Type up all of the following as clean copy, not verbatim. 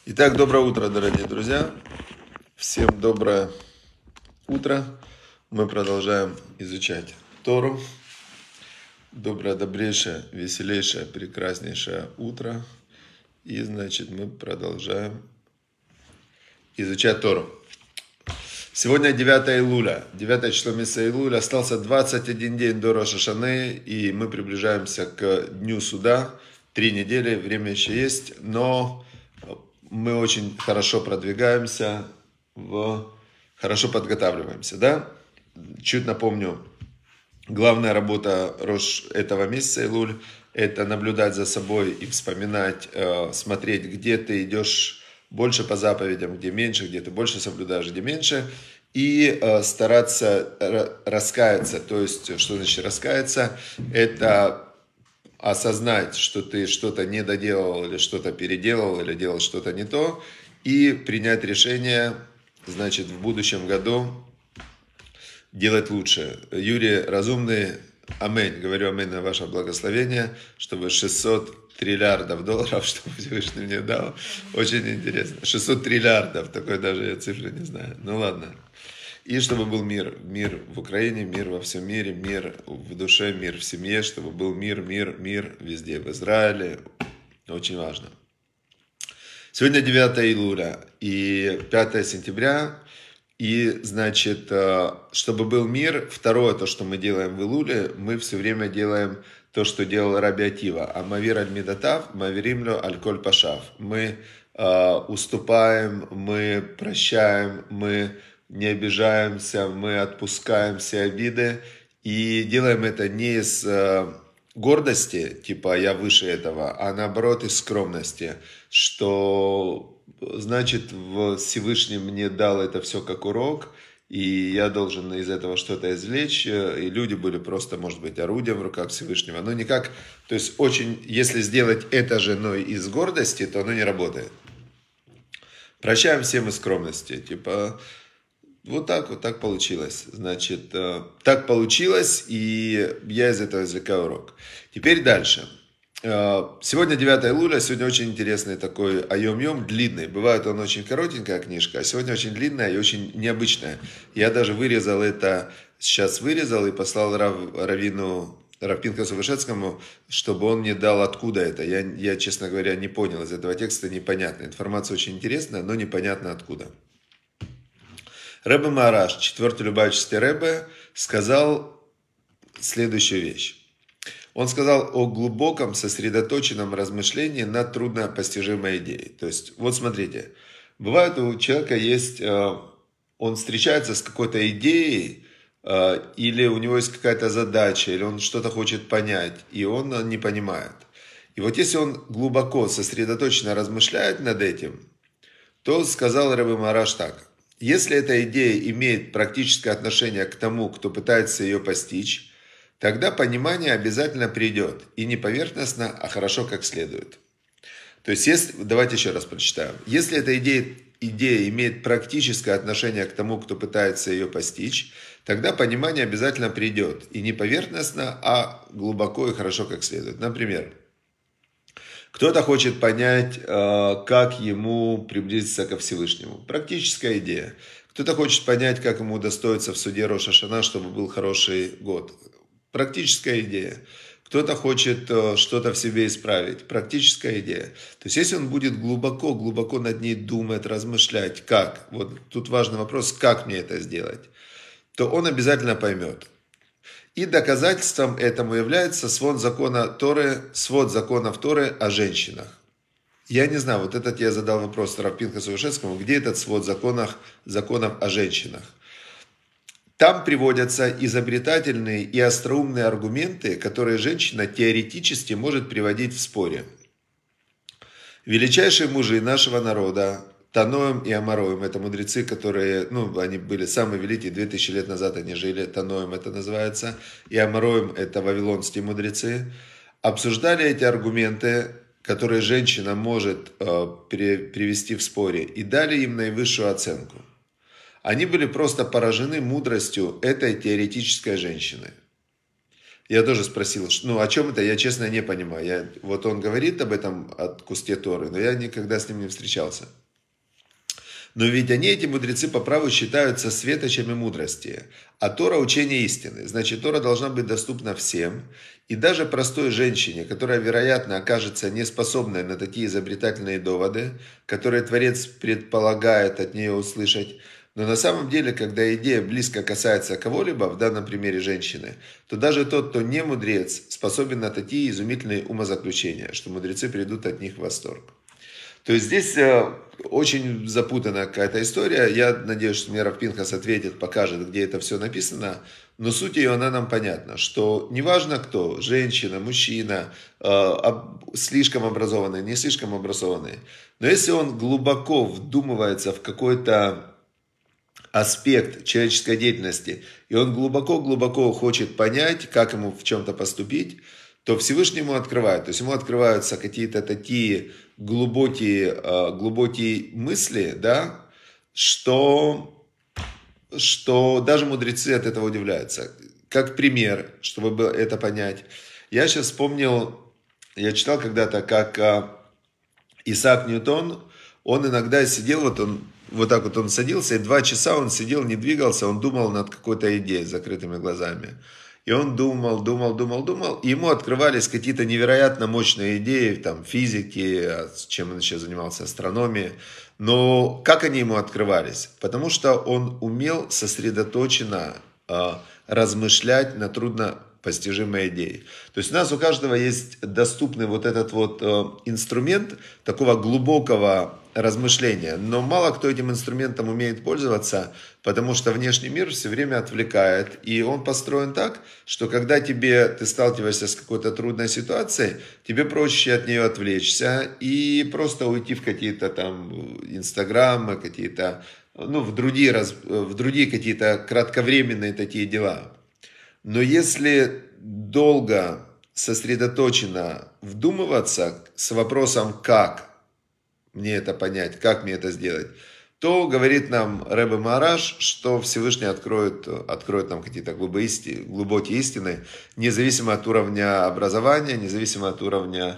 Итак, доброе утро, дорогие друзья. Всем доброе утро. Мы продолжаем изучать Тору. Доброе, добрейшее, веселейшее, прекраснейшее утро. И, значит, мы продолжаем изучать Тору. Сегодня 9 Илуля, 9 число месяца Илуля. Остался 21 день до Рош ха-Шаны, и мы приближаемся к Дню Суда. 3 недели, время еще есть, но мы очень хорошо продвигаемся, хорошо подготавливаемся, да? Чуть напомню, главная работа этого месяца Илуль – это наблюдать за собой и вспоминать, смотреть, где ты идешь больше по заповедям, где меньше, где ты больше соблюдаешь, где меньше, и стараться раскаяться. То есть, что значит раскаяться? Это осознать, что ты что-то не доделал или что-то переделал или делал что-то не то, и принять решение, значит, в будущем году делать лучше. Юрий Разумный, аминь, говорю аминь на ваше благословение, чтобы 600 триллиардов долларов, чтобы Всевышний мне дал. Очень интересно. 600 триллиардов, такой даже я цифры не знаю. Ну ладно. И чтобы был мир. Мир в Украине, мир во всем мире, мир в душе, мир в семье, чтобы был мир везде, в Израиле. Очень важно. Сегодня 9 Илуля и 5 сентября. И, значит, чтобы был мир, второе, то, что мы делаем в Илуле, мы все время делаем то, что делал Раби Акива. Амавир аль-Мидатав, маверимлю аль-Коль Пашав. Мы уступаем, мы прощаем, мы не обижаемся, мы отпускаем все обиды. И делаем это не из гордости, типа я выше этого, а наоборот из скромности, что значит Всевышний мне дал это все как урок, и я должен из этого что-то извлечь, и люди были просто, может быть, орудием в руках Всевышнего, но никак, то есть очень, если сделать это же, но из гордости, то оно не работает. Прощаем всем из скромности, типа, вот так получилось. Значит, так получилось, и я из этого извлекаю урок. Теперь дальше. Сегодня 9 Илуля, сегодня очень интересный такой айом-йом, длинный. Бывает он очень коротенькая книжка, а сегодня очень длинная и очень необычная. Я даже вырезал это, сейчас вырезал и послал раввину Пинхасу Вышецкому, чтобы он мне дал, откуда это. Я, честно говоря, не понял из этого текста, непонятно. Информация очень интересная, но непонятно откуда. Ребе Маараш, 4-й Любавический Ребе, сказал следующую вещь. Он сказал о глубоком сосредоточенном размышлении над труднопостижимой идеей. То есть, вот смотрите, бывает у человека есть, он встречается с какой-то идеей, или у него есть какая-то задача, или он что-то хочет понять, и он не понимает. И вот если он глубоко сосредоточенно размышляет над этим, то сказал Ребе Маараш так. Если эта идея имеет практическое отношение к тому, кто пытается ее постичь, тогда понимание обязательно придет. И не поверхностно, а хорошо как следует. То есть, давайте еще раз прочитаем. Если эта идея имеет практическое отношение к тому, кто пытается ее постичь, тогда понимание обязательно придет. И не поверхностно, а глубоко и хорошо как следует. Например, кто-то хочет понять, как ему приблизиться ко Всевышнему. Практическая идея. Кто-то хочет понять, как ему удостоиться в суде Рош ха-Шана, чтобы был хороший год. Практическая идея. Кто-то хочет что-то в себе исправить. Практическая идея. То есть, если он будет глубоко над ней думать, размышлять, как, вот тут важный вопрос, как мне это сделать, то он обязательно поймет. И доказательством этому является свод законов Торы о женщинах. Я не знаю, вот этот я задал вопрос Рав Пинхасу Вышецкому, где этот свод законов о женщинах. Там приводятся изобретательные и остроумные аргументы, которые женщина теоретически может приводить в споре. Величайшие мужи нашего народа, Таноем и Амароем, это мудрецы, которые, они были самые великие, 2000 лет назад они жили, Таноем это называется, и Амароем это вавилонские мудрецы, обсуждали эти аргументы, которые женщина может привести в споре, и дали им наивысшую оценку. Они были просто поражены мудростью этой теоретической женщины. Я тоже спросил, ну о чем это, я честно не понимаю. Вот он говорит об этом от куске Торы, но я никогда с ним не встречался. Но ведь они, эти мудрецы, по праву считаются светочами мудрости. А Тора – учение истины. Значит, Тора должна быть доступна всем. И даже простой женщине, которая, вероятно, окажется неспособной на такие изобретательные доводы, которые Творец предполагает от нее услышать. Но на самом деле, когда идея близко касается кого-либо, в данном примере женщины, то даже тот, кто не мудрец, способен на такие изумительные умозаключения, что мудрецы придут от них в восторг. То есть здесь очень запутанная какая-то история. Я надеюсь, что мне Рав Пинхас ответит, покажет, где это все написано. Но суть ее, она нам понятна, что неважно кто, женщина, мужчина, слишком образованный, не слишком образованный, но если он глубоко вдумывается в какой-то аспект человеческой деятельности, и он глубоко-глубоко хочет понять, как ему в чем-то поступить, то Всевышнему открывает. То есть ему открываются какие-то такие глубокие мысли, да, что даже мудрецы от этого удивляются. Как пример, чтобы это понять. Я сейчас вспомнил, я читал когда-то, как Исаак Ньютон, он иногда сидел, вот так вот он садился, и 2 часа он сидел, не двигался, он думал над какой-то идеей с закрытыми глазами. И он думал, и ему открывались какие-то невероятно мощные идеи, там, физики, чем он еще занимался, астрономией. Но как они ему открывались? Потому что он умел сосредоточенно размышлять на труднопостижимой идее. То есть у нас у каждого есть доступный вот этот вот инструмент такого глубокого размышления. Но мало кто этим инструментом умеет пользоваться, потому что внешний мир все время отвлекает. И он построен так, что когда ты сталкиваешься с какой-то трудной ситуацией, тебе проще от нее отвлечься и просто уйти в какие-то там инстаграмы, какие-то, в другие какие-то кратковременные такие дела. Но если долго сосредоточенно вдумываться с вопросом «как?», мне это понять, как мне это сделать, то говорит нам Ребе Маharaj, что Всевышний откроет нам какие-то глубокие истины, независимо от уровня образования, независимо от уровня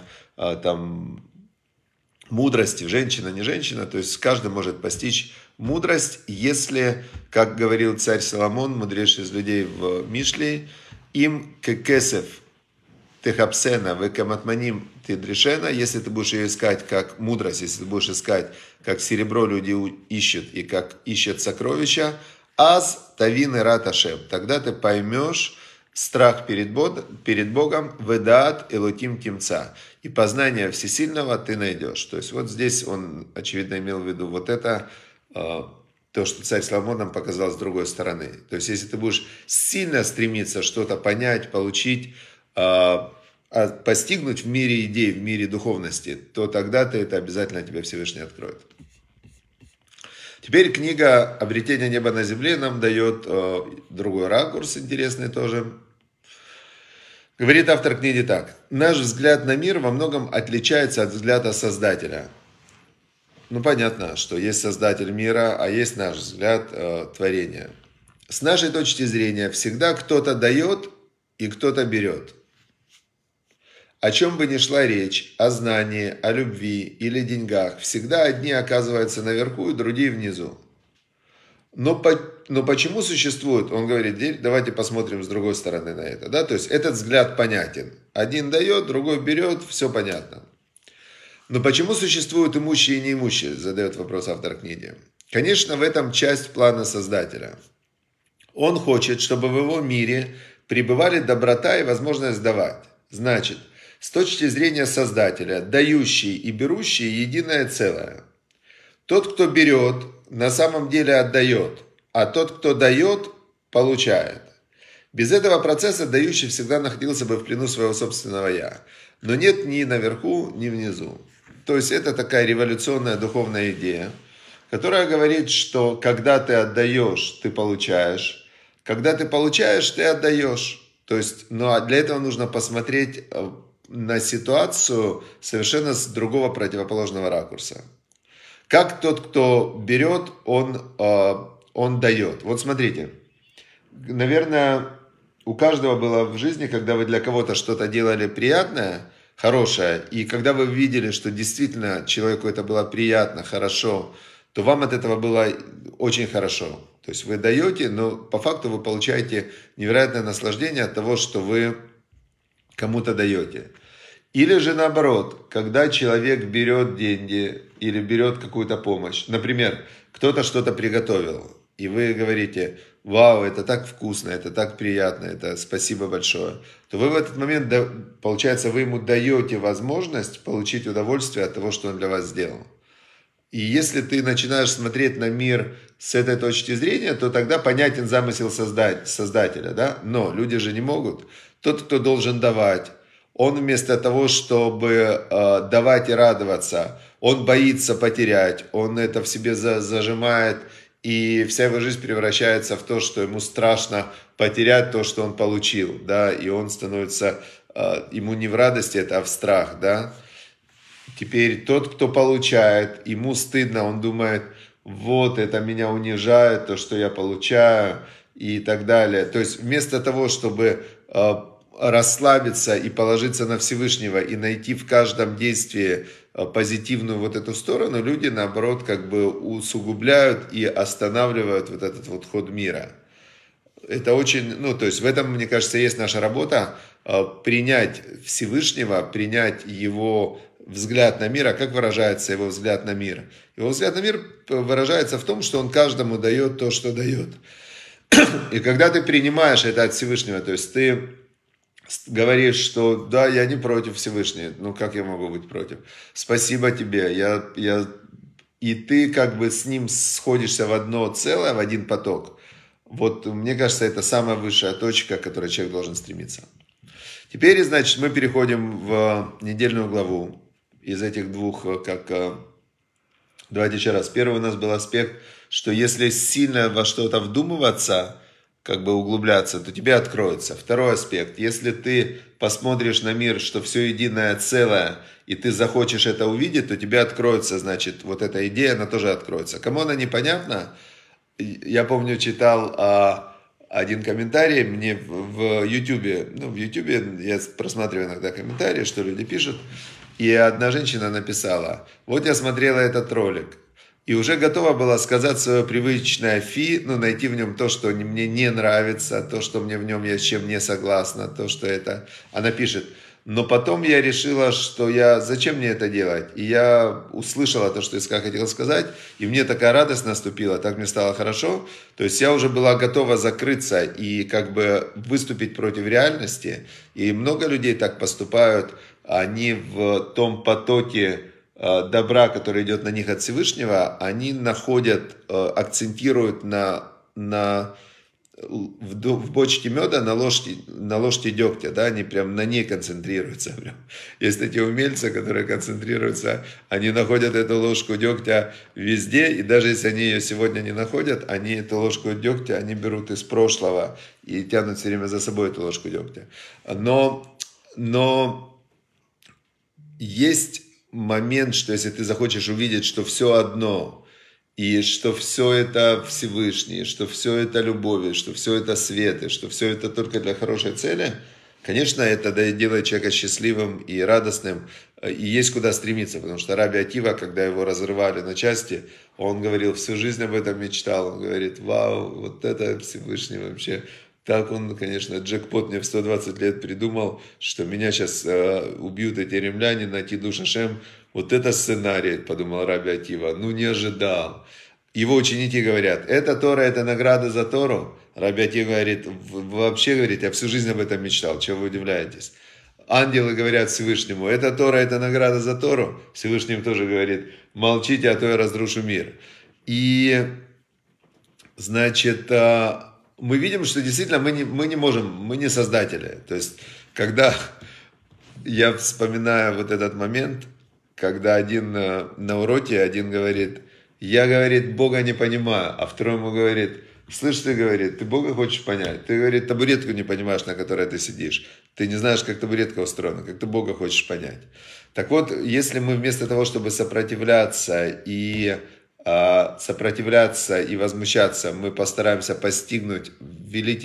мудрости, женщина, не женщина, то есть каждый может постичь мудрость, если, как говорил царь Соломон, мудрейший из людей в Мишле, им кекесев техапсена векаматманим тедрешена, если ты будешь ее искать как мудрость, если ты будешь искать, как серебро люди ищут и как ищут сокровища, аз тавин и раташем, тогда ты поймешь страх перед Богом, ведаат элоким тимца, и познание всесильного ты найдешь. То есть вот здесь он, очевидно, имел в виду вот это, то, что царь Соломон нам показал с другой стороны. То есть если ты будешь сильно стремиться что-то понять, получить, постигнуть в мире идей, в мире духовности, то тогда это обязательно тебе Всевышний откроет. Теперь книга «Обретение неба на земле» нам дает другой ракурс, интересный тоже. Говорит автор книги так. Наш взгляд на мир во многом отличается от взгляда Создателя. Понятно, что есть Создатель мира, а есть наш взгляд творения. С нашей точки зрения всегда кто-то дает и кто-то берет. О чем бы ни шла речь, о знании, о любви или деньгах, всегда одни оказываются наверху и другие внизу. Но почему существует, он говорит, давайте посмотрим с другой стороны на это. Да? То есть этот взгляд понятен. Один дает, другой берет, все понятно. Но почему существуют имущие и неимущие, задает вопрос автор книги. Конечно, в этом часть плана Создателя. Он хочет, чтобы в его мире пребывали доброта и возможность давать. Значит, с точки зрения Создателя, дающий и берущий единое целое. Тот, кто берет, на самом деле отдает, а тот, кто дает, получает. Без этого процесса дающий всегда находился бы в плену своего собственного «я». Но нет ни наверху, ни внизу. То есть это такая революционная духовная идея, которая говорит, что когда ты отдаешь, ты получаешь. Когда ты получаешь, ты отдаешь. То есть, а для этого нужно посмотреть на ситуацию совершенно с другого противоположного ракурса. Как тот, кто берет, он дает. Вот смотрите, наверное, у каждого было в жизни, когда вы для кого-то что-то делали приятное, хорошее, и когда вы видели, что действительно человеку это было приятно, хорошо, то вам от этого было очень хорошо. То есть вы даете, но по факту вы получаете невероятное наслаждение от того, что вы кому-то даете. Или же наоборот, когда человек берет деньги или берет какую-то помощь. Например, кто-то что-то приготовил, и вы говорите: вау, это так вкусно, это так приятно, это спасибо большое. То вы в этот момент, получается, вы ему даете возможность получить удовольствие от того, что он для вас сделал. И если ты начинаешь смотреть на мир с этой точки зрения, то тогда понятен замысел создателя, да? Но люди же не могут. Тот, кто должен давать, он вместо того, чтобы давать и радоваться, он боится потерять, он это в себе зажимает, и вся его жизнь превращается в то, что ему страшно потерять то, что он получил, да, и он становится, ему не в радости это, а в страх, да. Теперь тот, кто получает, ему стыдно, он думает: вот это меня унижает, то, что я получаю, и так далее. То есть вместо того, чтобы расслабиться и положиться на Всевышнего и найти в каждом действии позитивную вот эту сторону, люди наоборот как бы усугубляют и останавливают вот этот вот ход мира. Это очень, ну, то есть в этом, мне кажется, есть наша работа, принять Всевышнего, принять его взгляд на мир. А как выражается его взгляд на мир? Его взгляд на мир выражается в том, что он каждому дает то, что дает. И когда ты принимаешь это от Всевышнего, то есть ты говоришь, что да, я не против Всевышнего, ну как я могу быть против? Спасибо тебе, и ты как бы с ним сходишься в одно целое, в один поток. Вот мне кажется, это самая высшая точка, к которой человек должен стремиться. Теперь, значит, мы переходим в недельную главу из этих двух, давайте еще раз. Первый у нас был аспект, что если сильно во что-то вдумываться, как бы углубляться, то тебе откроется. Второй аспект, если ты посмотришь на мир, что все единое целое, и ты захочешь это увидеть, то тебе откроется, значит, вот эта идея, она тоже откроется. Кому она непонятна? Я помню, читал один комментарий мне в Ютубе. Ну, в Ютубе я просматриваю иногда комментарии, что люди пишут. И одна женщина написала: вот я смотрела этот ролик, и уже готова была сказать свое привычное фи, ну, найти в нем то, что мне не нравится, то, что мне в нем, я с чем не согласна, то, что это... Она пишет: но потом я решила, что зачем мне это делать? И я услышала то, что Искра хотела сказать, и мне такая радость наступила, так мне стало хорошо. То есть я уже была готова закрыться и как бы выступить против реальности. И много людей так поступают, они в том потоке добра, который идет на них от Всевышнего, они находят, акцентируют в бочке меда на ложке дегтя, да, они прям на ней концентрируются. Прям. Есть такие умельцы, которые концентрируются, они находят эту ложку дегтя везде, и даже если они ее сегодня не находят, они эту ложку дегтя, они берут из прошлого и тянут все время за собой эту ложку дегтя. Но есть момент, что если ты захочешь увидеть, что все одно, и что все это Всевышний, что все это любовь, что все это свет, и что все это только для хорошей цели, конечно, это делает человека счастливым и радостным, и есть куда стремиться, потому что Раби Акива, когда его разрывали на части, он говорил, всю жизнь об этом мечтал, он говорит: вау, вот это Всевышний вообще. Так он, конечно, джекпот мне в 120 лет придумал, что меня сейчас убьют эти римляне на Кидуш Шашем. Вот это сценарий, подумал Раби Акива, ну не ожидал. Его ученики говорят: это Тора, это награда за Тору. Раби Акива говорит: вообще, говорит, я всю жизнь об этом мечтал, чего вы удивляетесь? Ангелы говорят Всевышнему: это Тора, это награда за Тору. Всевышний тоже говорит: молчите, а то я разрушу мир. И, значит, мы видим, что действительно мы не можем, мы не создатели. То есть, когда я вспоминаю вот этот момент, когда один на уроке, один говорит: я, говорит, Бога не понимаю, а второй ему говорит: слышь, ты, говорит, ты Бога хочешь понять? Ты, говорит, табуретку не понимаешь, на которой ты сидишь. Ты не знаешь, как табуретка устроена, как ты Бога хочешь понять. Так вот, если мы вместо того, чтобы сопротивляться и возмущаться, мы постараемся постигнуть великий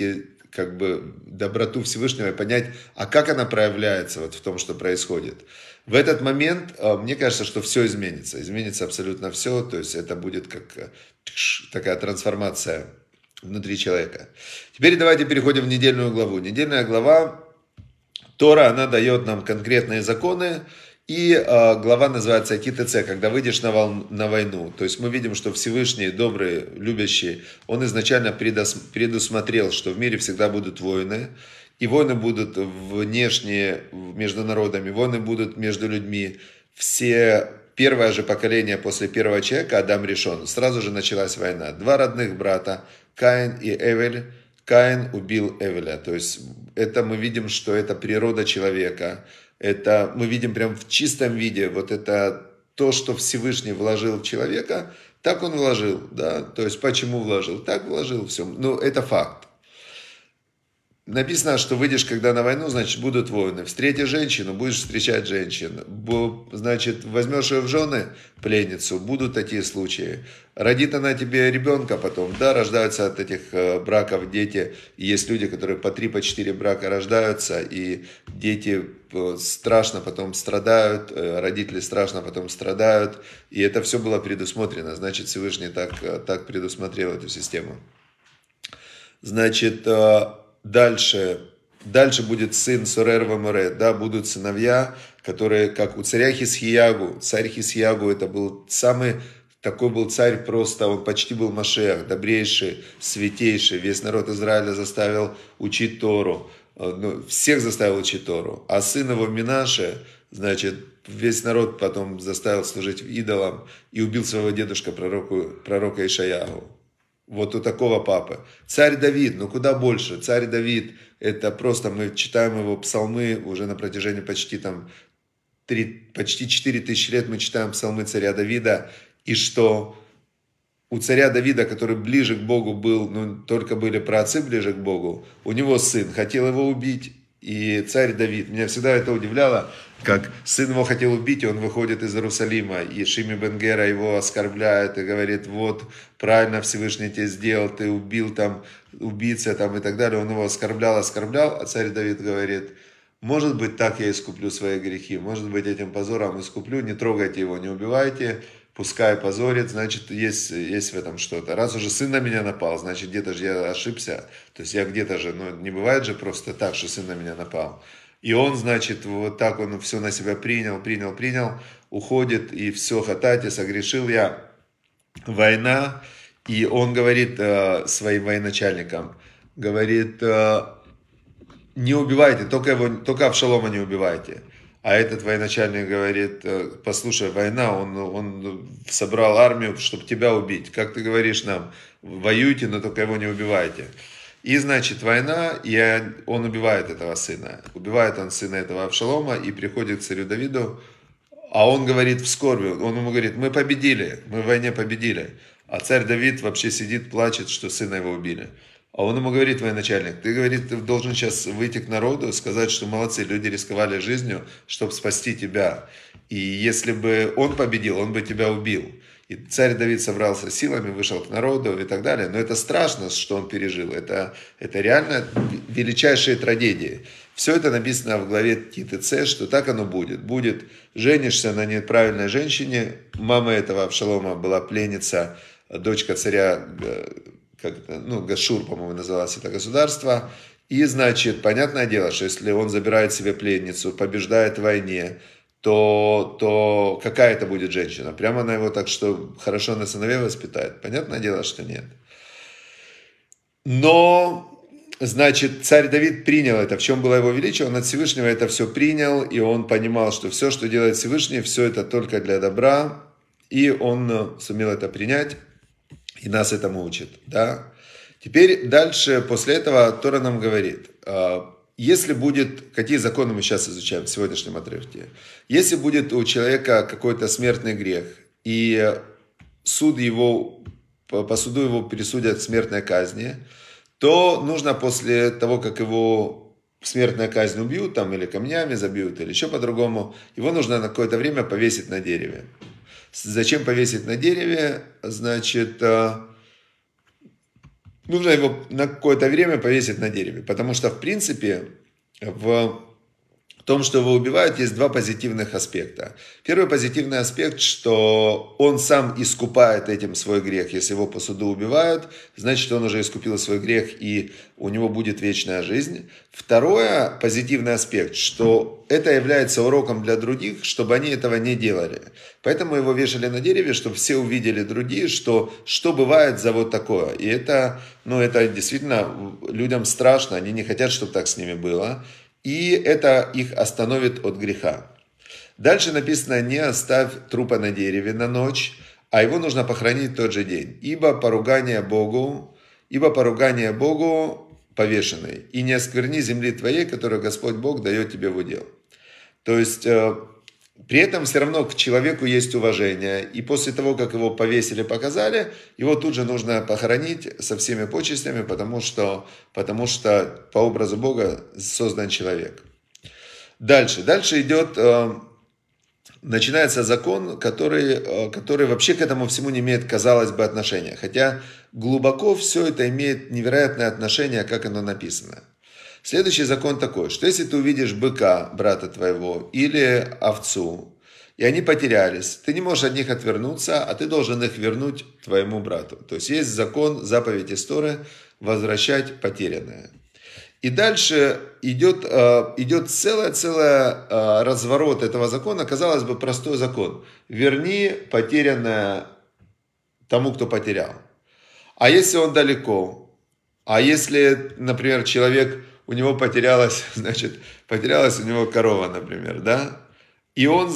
как бы доброту Всевышнего и понять, а как она проявляется вот в том, что происходит. В этот момент, мне кажется, что все изменится. Изменится абсолютно все. То есть это будет как такая трансформация внутри человека. Теперь давайте переходим в недельную главу. Недельная глава Тора, она дает нам конкретные законы. И глава называется КТЦ, когда выйдешь на войну. То есть мы видим, что Всевышний, добрый, любящий, он изначально предусмотрел, что в мире всегда будут войны. И войны будут внешние между народами, войны будут между людьми. Первое же поколение после первого человека, Адам Ришон, сразу же началась война. Два родных брата, Каин и Эвель. Каин убил Эвеля. То есть это мы видим, что это природа человека. Это мы видим прям в чистом виде. Вот это то, что Всевышний вложил в человека, так он вложил. Да? То есть почему вложил? Так вложил все. Ну, это факт. Написано, что выйдешь, когда на войну, значит, будут войны. Встретишь женщину, будешь встречать женщин. Значит, возьмешь ее в жены, пленницу, будут такие случаи. Родит она тебе ребенка потом, да, рождаются от этих браков дети. И есть люди, которые по 3, по 4 брака рождаются, и дети страшно потом страдают, родители страшно потом страдают. И это все было предусмотрено, значит, Всевышний так предусмотрел эту систему. Значит, дальше будет сын Сорер Ваморе, да, будут сыновья, которые, как у царя Хисхиягу. Царь Хисхиягу это был такой был царь просто, он почти был Машиах, добрейший, святейший. Весь народ Израиля заставил учить Тору, всех заставил учить Тору. А сын его Минаше, значит, весь народ потом заставил служить идолам и убил своего дедушка, пророка Ишаяху. Вот у такого папы. Царь Давид, ну куда больше. Царь Давид, это просто, мы читаем его псалмы уже на протяжении почти 4000 лет мы читаем псалмы царя Давида. И что у царя Давида, который ближе к Богу был, только были праотцы ближе к Богу, у него сын хотел его убить. И царь Давид, меня всегда это удивляло, как сын его хотел убить, и он выходит из Иерусалима, и Шими бен Гера его оскорбляет и говорит, вот, правильно Всевышний тебе сделал, ты убил там, убийца там и так далее. Он его оскорблял, а царь Давид говорит, может быть, так я искуплю свои грехи, может быть, этим позором искуплю, не трогайте его, не убивайте, пускай позорит, значит, есть в этом что-то. Раз уже сын на меня напал, значит, где-то же я ошибся. То есть я где-то же, не бывает же просто так, что сын на меня напал. И он, значит, вот так он все на себя принял, уходит, и все, хатати, согрешил я, война. И он говорит своим военачальникам, говорит, не убивайте, только Авшалома не убивайте. А этот военачальник говорит, послушай, война, он собрал армию, чтобы тебя убить. Как ты говоришь нам, воюйте, но только его не убивайте. И, значит, война, и он убивает этого сына. Убивает он сына этого Авшалома и приходит к царю Давиду, а он говорит в скорби, он ему говорит, мы победили, мы в войне победили. А царь Давид вообще сидит, плачет, что сына его убили. А он ему говорит, военачальник, ты, говорит, ты должен сейчас выйти к народу, сказать, что молодцы, люди рисковали жизнью, чтобы спасти тебя. И если бы он победил, он бы тебя убил. И царь Давид собрался силами, вышел к народу и так далее. Но это страшно, что он пережил. Это реально величайшие трагедии. Все это написано в главе КТЦ, что так оно будет. Будет, женишься на неправильной женщине. Мама этого Авшалома была пленница, дочка царя, Гашур, по-моему, называлось это государство. И, значит, понятное дело, что если он забирает себе пленницу, побеждает в войне, то какая это будет женщина? Прямо она его так, что хорошо на сыновей воспитает? Понятное дело, что нет. Но, значит, царь Давид принял это. В чем было его величие? Он от Всевышнего это все принял, и он понимал, что все, что делает Всевышний, все это только для добра. И он сумел это принять, и нас этому учит. Да? Теперь дальше, после этого, Тора нам говорит, если будет, какие законы мы сейчас изучаем в сегодняшнем отрывке, если будет у человека какой-то смертный грех, и суд его, по суду его присудят к смертной казни, то нужно после того, как его смертная казнь убьют, там, или камнями забьют, или еще по-другому, его нужно на какое-то время повесить на дереве. Зачем повесить на дереве? Значит, нужно его на какое-то время повесить на дереве. Потому что, в принципе, в том, что его убивают, есть два позитивных аспекта. Первый позитивный аспект, что он сам искупает этим свой грех. Если его по суду убивают, значит, он уже искупил свой грех, и у него будет вечная жизнь. Второй позитивный аспект, что это является уроком для других, чтобы они этого не делали. Поэтому его вешали на дереве, чтобы все увидели другие, что бывает за вот такое. И это действительно людям страшно, они не хотят, чтобы так с ними было. И это их остановит от греха. Дальше написано: не оставь трупа на дереве на ночь, а его нужно похоронить в тот же день. Ибо поругание Богу повешенный, и не оскверни земли твоей, которую Господь Бог дает тебе в удел. То есть, при этом все равно к человеку есть уважение. И после того, как его повесили, показали, его тут же нужно похоронить со всеми почестями, потому что по образу Бога создан человек. Дальше идет, начинается закон, который вообще к этому всему не имеет, казалось бы, отношения. Хотя глубоко все это имеет невероятное отношение, как оно написано. Следующий закон такой, что если ты увидишь быка, брата твоего, или овцу, и они потерялись, ты не можешь от них отвернуться, а ты должен их вернуть твоему брату. То есть есть закон, заповедь из Торы, возвращать потерянное. И дальше идет целый разворот этого закона. Казалось бы, простой закон. Верни потерянное тому, кто потерял. А если он далеко? А если, например, человек... У него потерялась у него корова, например, да? И он,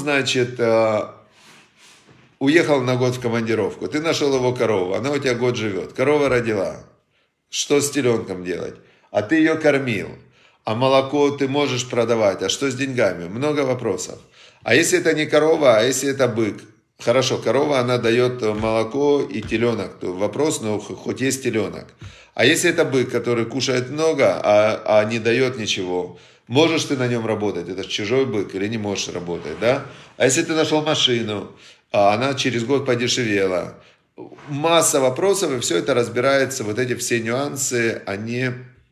уехал на год в командировку. Ты нашел его корову, она у тебя год живет. Корова родила. Что с теленком делать? А ты ее кормил. А молоко ты можешь продавать. А что с деньгами? Много вопросов. А если это не корова, а если это бык? Хорошо, корова, она дает молоко и теленок. Вопрос, но хоть есть теленок. А если это бык, который кушает много, а не дает ничего, можешь ты на нем работать? Это чужой бык или не можешь работать, да? А если ты нашел машину, а она через год подешевела? Масса вопросов, и все это разбирается, вот эти все нюансы, они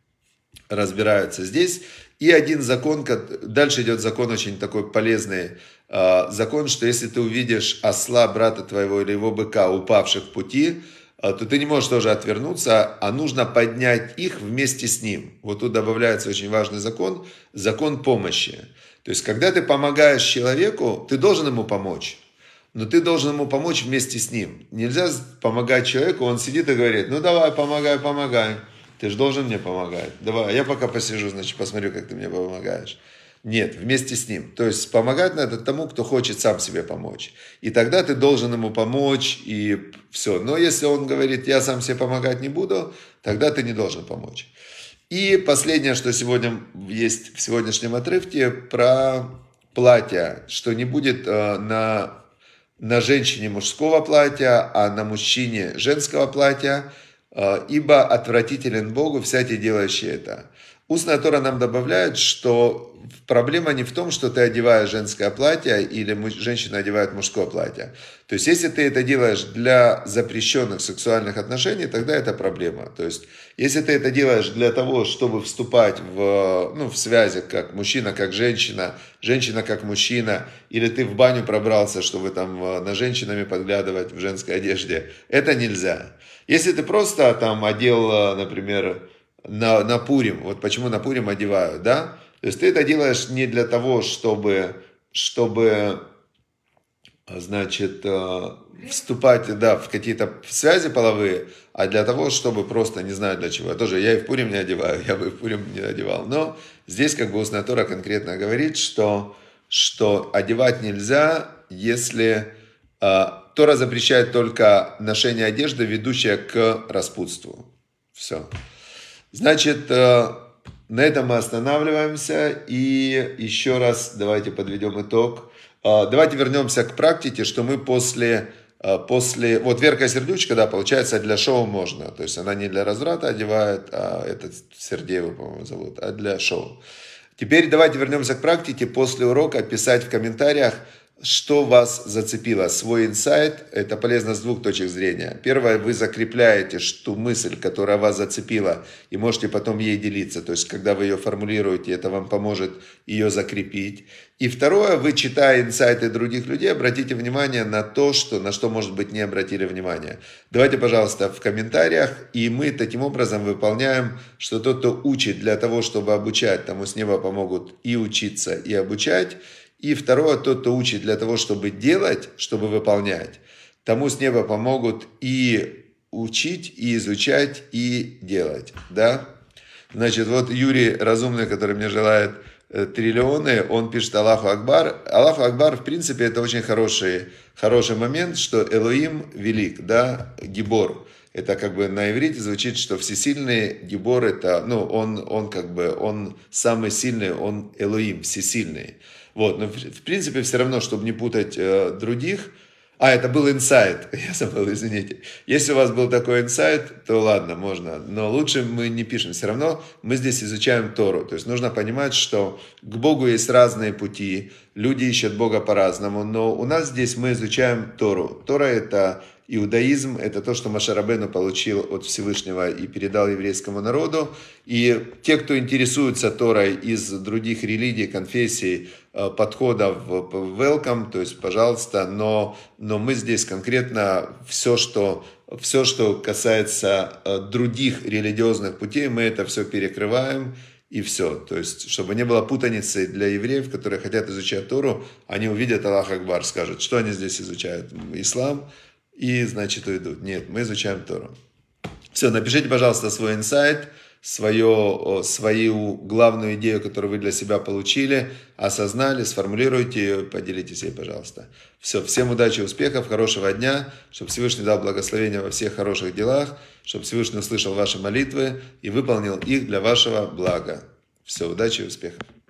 разбираются здесь. И один закон, дальше идет закон очень такой полезный, закон, что если ты увидишь осла брата твоего или его быка, упавших в пути, то ты не можешь тоже отвернуться, а нужно поднять их вместе с ним. Вот тут добавляется очень важный закон, закон помощи. То есть, когда ты помогаешь человеку, ты должен ему помочь, но ты должен ему помочь вместе с ним. Нельзя помогать человеку, он сидит и говорит: ну давай, помогай. Ты же должен мне помогать. Давай, я пока посижу, посмотрю, как ты мне помогаешь. Нет, вместе с ним. То есть помогать надо тому, кто хочет сам себе помочь. И тогда ты должен ему помочь, и все. Но если он говорит: я сам себе помогать не буду, тогда ты не должен помочь. И последнее, что сегодня есть в сегодняшнем отрывке, про платье, что не будет на женщине мужского платья, а на мужчине женского платья, ибо отвратителен Богу всякий делающий это. Устная Тора нам добавляет, что проблема не в том, что ты одеваешь женское платье или женщина одевает мужское платье. То есть, если ты это делаешь для запрещенных сексуальных отношений, тогда это проблема. То есть, если ты это делаешь для того, чтобы вступать в связи, как мужчина, как женщина, женщина как мужчина, или ты в баню пробрался, чтобы там на женщинами подглядывать в женской одежде, это нельзя. Если ты просто там одел, например, на Пурим, вот почему на Пурим одевают, да? То есть ты это делаешь не для того, чтобы вступать, в какие-то связи половые, а для того, чтобы просто, не знаю для чего. Я и в Пурим не одеваю, я бы и в Пурим не одевал. Но здесь устная Тора конкретно говорит, что одевать нельзя, если Тора запрещает только ношение одежды, ведущее к распутству. Все. Значит, на этом мы останавливаемся. И еще раз давайте подведем итог. Давайте вернемся к практике, что мы после вот Верка Сердючка, да, получается, для шоу можно. То есть она не для разврата одевает, а этот Сердеева, по-моему, зовут, а для шоу. Теперь давайте вернемся к практике. После урока писать в комментариях, что вас зацепило? Свой инсайт, это полезно с двух точек зрения. Первое, вы закрепляете ту мысль, которая вас зацепила, и можете потом ей делиться. То есть, когда вы ее формулируете, это вам поможет ее закрепить. И второе, вы, читая инсайты других людей, обратите внимание на то, на что, может быть, не обратили внимания. Давайте, пожалуйста, в комментариях, и мы таким образом выполняем, что тот, кто учит для того, чтобы обучать, тому с неба помогут и учиться, и обучать. И второе, тот, кто учит для того, чтобы делать, чтобы выполнять, тому с неба помогут и учить, и изучать, и делать. Да? Значит, вот Юрий Разумный, который мне желает триллионы, он пишет Аллаху Акбар. Аллаху Акбар, в принципе, это очень хороший момент, что Элоим велик, да, Гибор. Это как бы на иврите звучит, что всесильный Гибор, это, он самый сильный, он Элоим, всесильный. Вот, но в принципе все равно, чтобы не путать других. Это был инсайт, я забыл, извините. Если у вас был такой инсайт, то ладно, можно. Но лучше мы не пишем. Все равно мы здесь изучаем Тору. То есть нужно понимать, что к Богу есть разные пути. Люди ищут Бога по-разному. Но у нас здесь мы изучаем Тору. Тора это иудаизм, это то, что Моше Рабейну получил от Всевышнего и передал еврейскому народу. И те, кто интересуется Торой из других религий, конфессий, подходов, welcome, то есть пожалуйста, но мы здесь конкретно все, что касается других религиозных путей, мы это все перекрываем и все. То есть, чтобы не было путаницы для евреев, которые хотят изучать Тору, они увидят Аллах Акбар, скажут, что они здесь изучают, ислам, и, значит, уйдут. Нет, мы изучаем Тору. Все, напишите, пожалуйста, свой инсайт, свою главную идею, которую вы для себя получили, осознали, сформулируйте ее, поделитесь ей, пожалуйста. Все, всем удачи, успехов, хорошего дня, чтобы Всевышний дал благословения во всех хороших делах, чтобы Всевышний услышал ваши молитвы и выполнил их для вашего блага. Все, удачи и успехов.